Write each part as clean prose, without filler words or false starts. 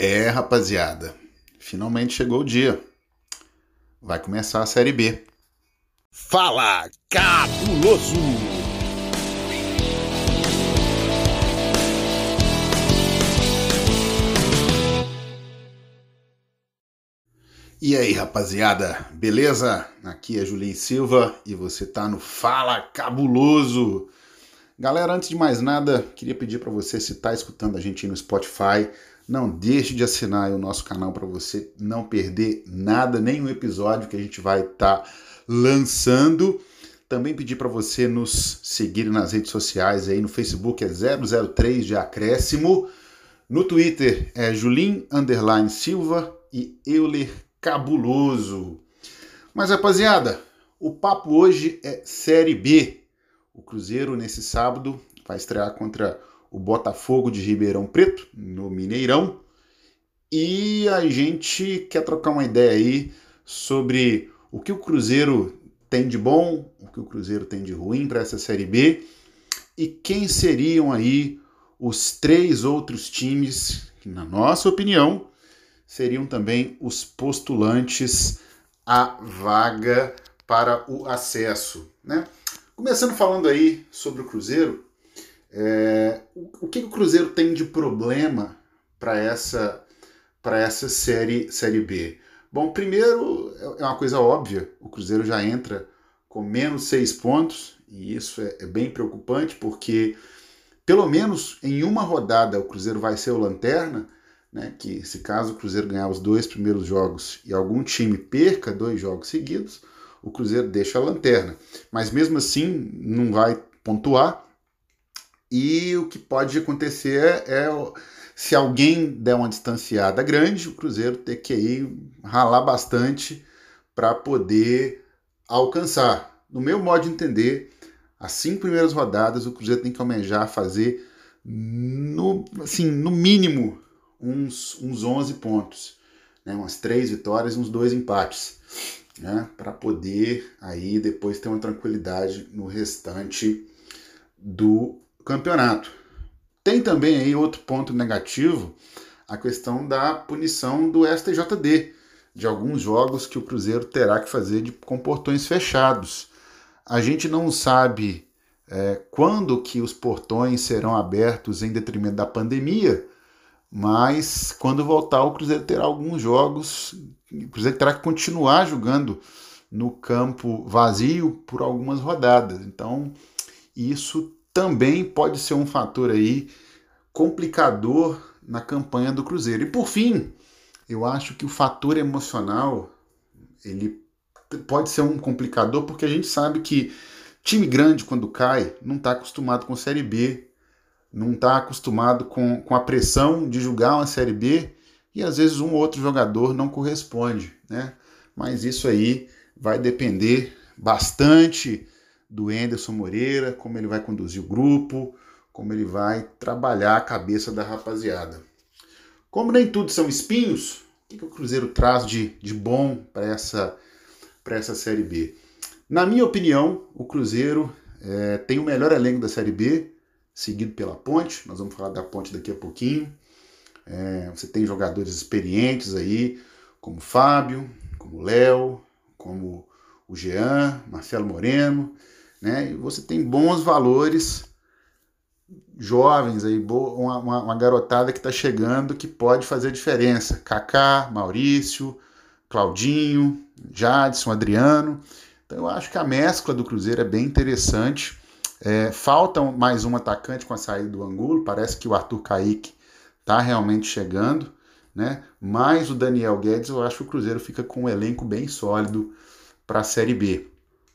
Rapaziada, finalmente chegou o dia. Vai começar a Série B. Fala, cabuloso! E aí, rapaziada, beleza? Aqui é Julinho Silva e você tá no Fala Cabuloso. Galera, antes de mais nada, queria pedir para você, se tá escutando a gente aí no Spotify, não deixe de assinar aí o nosso canal para você não perder nada, nenhum episódio que a gente vai estar lançando. Também pedir para você nos seguir nas redes sociais aí, no Facebook é 003 de acréscimo, no Twitter é Julin_Silva e Euler Cabuloso. Mas, rapaziada, o papo hoje é Série B. O Cruzeiro, nesse sábado, vai estrear contra o Botafogo de Ribeirão Preto, no Mineirão. E a gente quer trocar uma ideia aí sobre o que o Cruzeiro tem de bom, o que o Cruzeiro tem de ruim para essa Série B e quem seriam aí os três outros times que, na nossa opinião, seriam também os postulantes à vaga para o acesso, né? Começando falando aí sobre o Cruzeiro, o que o Cruzeiro tem de problema para essa série B? Bom, primeiro, é uma coisa óbvia, o Cruzeiro já entra com menos 6 pontos, e isso é bem preocupante, porque pelo menos em uma rodada o Cruzeiro vai ser o lanterna, né, que se caso o Cruzeiro ganhar os 2 primeiros jogos e algum time perca 2 jogos seguidos, o Cruzeiro deixa a lanterna. Mas mesmo assim não vai pontuar, e o que pode acontecer se alguém der uma distanciada grande, o Cruzeiro ter que aí ralar bastante para poder alcançar. No meu modo de entender, as 5 primeiras rodadas o Cruzeiro tem que almejar fazer no mínimo uns 11 pontos, né? Umas 3 vitórias e uns 2 empates, né? Para poder aí depois ter uma tranquilidade no restante do campeonato. Tem também aí outro ponto negativo, a questão da punição do STJD, de alguns jogos que o Cruzeiro terá que fazer com portões fechados. A gente não sabe quando que os portões serão abertos em detrimento da pandemia, mas quando voltar o Cruzeiro terá alguns jogos, o Cruzeiro terá que continuar jogando no campo vazio por algumas rodadas. Então isso também pode ser um fator aí complicador na campanha do Cruzeiro. E por fim, eu acho que o fator emocional ele pode ser um complicador, porque a gente sabe que time grande, quando cai, não está acostumado com Série B, não está acostumado com a pressão de jogar uma Série B, e às vezes um ou outro jogador não corresponde, né? Mas isso aí vai depender bastante do Enderson Moreira, como ele vai conduzir o grupo, como ele vai trabalhar a cabeça da rapaziada. Como nem tudo são espinhos, o que o Cruzeiro traz de bom para essa Série B? Na minha opinião, o Cruzeiro tem o melhor elenco da Série B, seguido pela Ponte. Nós vamos falar da Ponte daqui a pouquinho. Você tem jogadores experientes aí, como o Fábio, como o Léo, como o Jean, Marcelo Moreno, né? E você tem bons valores, jovens aí, uma garotada que está chegando que pode fazer a diferença. Kaká, Maurício, Claudinho, Jadson, Adriano. Então eu acho que a mescla do Cruzeiro é bem interessante. Falta mais um atacante com a saída do Angulo, parece que o Arthur Kaique está realmente chegando, né? Mas o Daniel Guedes, eu acho que o Cruzeiro fica com um elenco bem sólido para a Série B.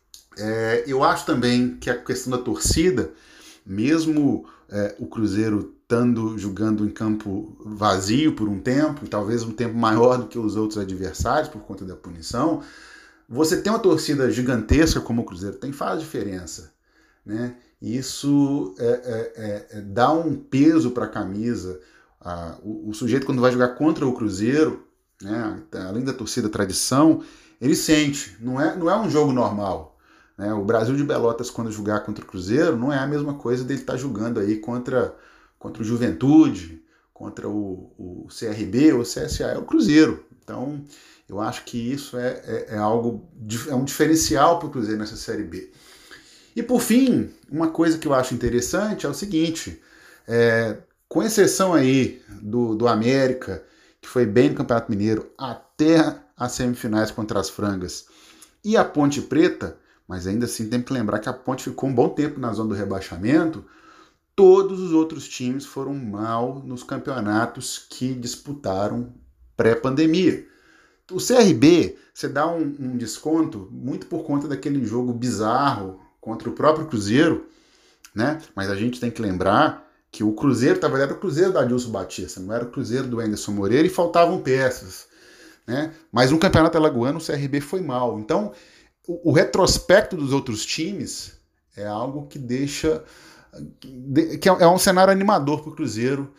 Eu acho também que a questão da torcida, mesmo o Cruzeiro jogando em campo vazio por um tempo, e talvez um tempo maior do que os outros adversários por conta da punição, você tem uma torcida gigantesca como o Cruzeiro tem, faz diferença, né? Isso dá um peso para a camisa. O sujeito, quando vai jogar contra o Cruzeiro, né, além da torcida tradição, ele sente, não é um jogo normal, né? O Brasil de Pelotas, quando jogar contra o Cruzeiro, não é a mesma coisa dele estar jogando aí contra o Juventude, contra o CRB ou o CSA, é o Cruzeiro. Então, eu acho que isso é um diferencial para o Cruzeiro nessa Série B. E por fim, uma coisa que eu acho interessante é o seguinte, com exceção aí do América, que foi bem no Campeonato Mineiro até as semifinais contra as Frangas, e a Ponte Preta, mas ainda assim tem que lembrar que a Ponte ficou um bom tempo na zona do rebaixamento, todos os outros times foram mal nos campeonatos que disputaram pré-pandemia. O CRB, você dá um desconto muito por conta daquele jogo bizarro contra o próprio Cruzeiro, né? Mas a gente tem que lembrar que o Cruzeiro, era o Cruzeiro do Adilson Batista, não era o Cruzeiro do Anderson Moreira e faltavam peças, né? Mas no Campeonato Alagoano o CRB foi mal. Então, o retrospecto dos outros times é algo que deixa... que é um cenário animador para o Cruzeiro.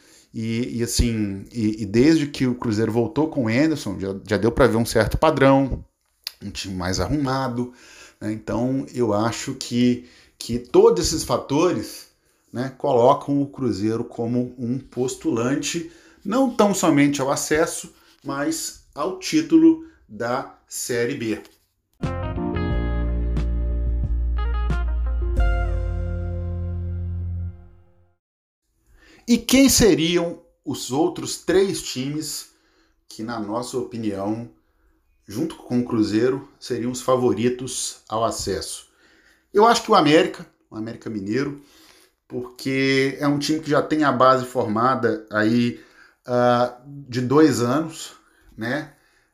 E desde que o Cruzeiro voltou com o Anderson, já deu para ver um certo padrão, um time mais arrumado, né? Então eu acho que todos esses fatores, né, colocam o Cruzeiro como um postulante, não tão somente ao acesso, mas ao título da Série B. E quem seriam os outros 3 times que, na nossa opinião, junto com o Cruzeiro, seriam os favoritos ao acesso? Eu acho que o América Mineiro, porque é um time que já tem a base formada aí de 2 anos, né?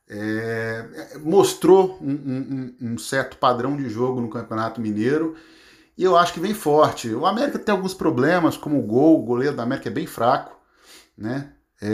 Mostrou um certo padrão de jogo no Campeonato Mineiro, e eu acho que vem forte. O América tem alguns problemas, como o goleiro da América é bem fraco, né?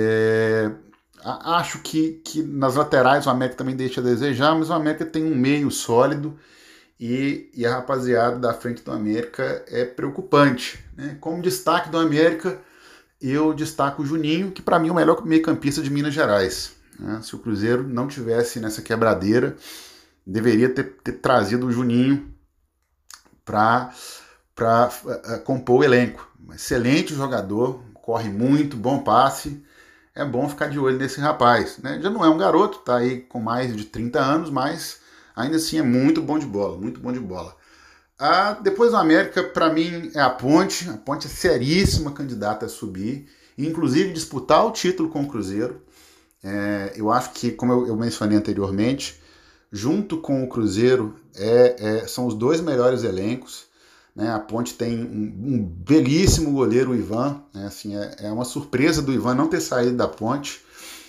Acho que nas laterais o América também deixa a desejar, mas o América tem um meio sólido e a rapaziada da frente do América é preocupante, né? Como destaque do América, eu destaco o Juninho, que para mim é o melhor meio-campista de Minas Gerais, né? Se o Cruzeiro não tivesse nessa quebradeira, deveria ter trazido o Juninho para compor o elenco. Excelente jogador, corre muito, bom passe. É bom ficar de olho nesse rapaz, né? Já não é um garoto, tá aí com mais de 30 anos, mas ainda assim é muito bom de bola, muito bom de bola. Depois do América, para mim, é a Ponte. A Ponte é seríssima candidata a subir, inclusive disputar o título com o Cruzeiro. Eu acho que, como eu mencionei anteriormente, junto com o Cruzeiro, são os 2 melhores elencos, né? A Ponte tem um belíssimo goleiro, o Ivan, né? Assim, é uma surpresa do Ivan não ter saído da Ponte.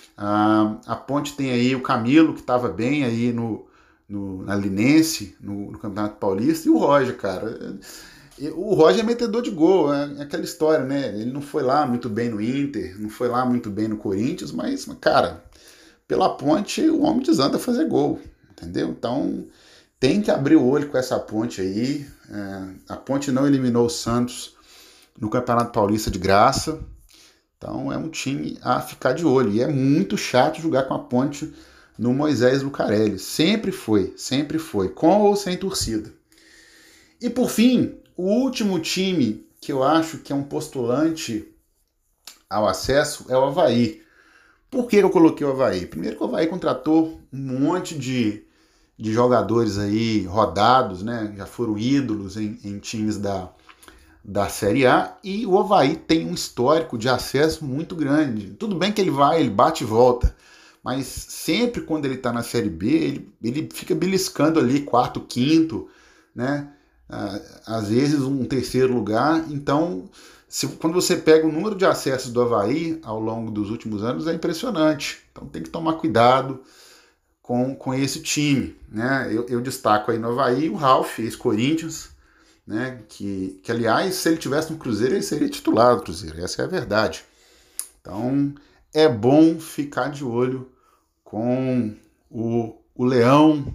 A Ponte tem aí o Camilo, que estava bem aí na Linense, no Campeonato Paulista, e o Roger, cara. O Roger é metedor de gol, é aquela história, né? Ele não foi lá muito bem no Inter, não foi lá muito bem no Corinthians, mas, cara, pela Ponte o homem desanda a fazer gol. Entendeu? Então tem que abrir o olho com essa Ponte aí. A Ponte não eliminou o Santos no Campeonato Paulista de graça. Então é um time a ficar de olho. E é muito chato jogar com a Ponte no Moisés Lucarelli. Sempre foi, com ou sem torcida. E por fim, o último time que eu acho que é um postulante ao acesso é o Avaí. Por que eu coloquei o Avaí? Primeiro que o Avaí contratou um monte de jogadores aí rodados, né? Já foram ídolos em times da Série A, e o Avaí tem um histórico de acesso muito grande. Tudo bem que ele bate e volta, mas sempre quando ele está na Série B, ele fica beliscando ali 4º, 5º, né? Às vezes um 3º lugar. Então, quando você pega o número de acessos do Avaí ao longo dos últimos anos, é impressionante. Então tem que tomar cuidado com esse time, né? Eu destaco aí no Avaí o Ralf, ex-Corinthians, né? Que aliás, se ele tivesse no Cruzeiro, ele seria titular do Cruzeiro, essa é a verdade. Então é bom ficar de olho com o leão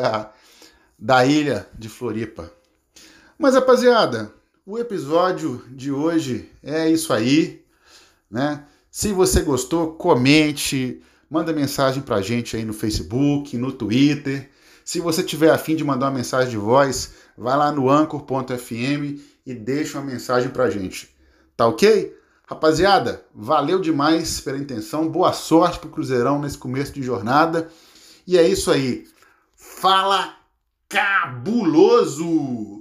da ilha de Floripa. Mas, rapaziada, o episódio de hoje é isso aí, né? Se você gostou, comente, manda mensagem pra gente aí no Facebook, no Twitter. Se você tiver a fim de mandar uma mensagem de voz, vai lá no anchor.fm e deixa uma mensagem pra gente. Tá ok? Rapaziada, valeu demais pela intenção, boa sorte pro Cruzeirão nesse começo de jornada. E é isso aí. Fala cabuloso!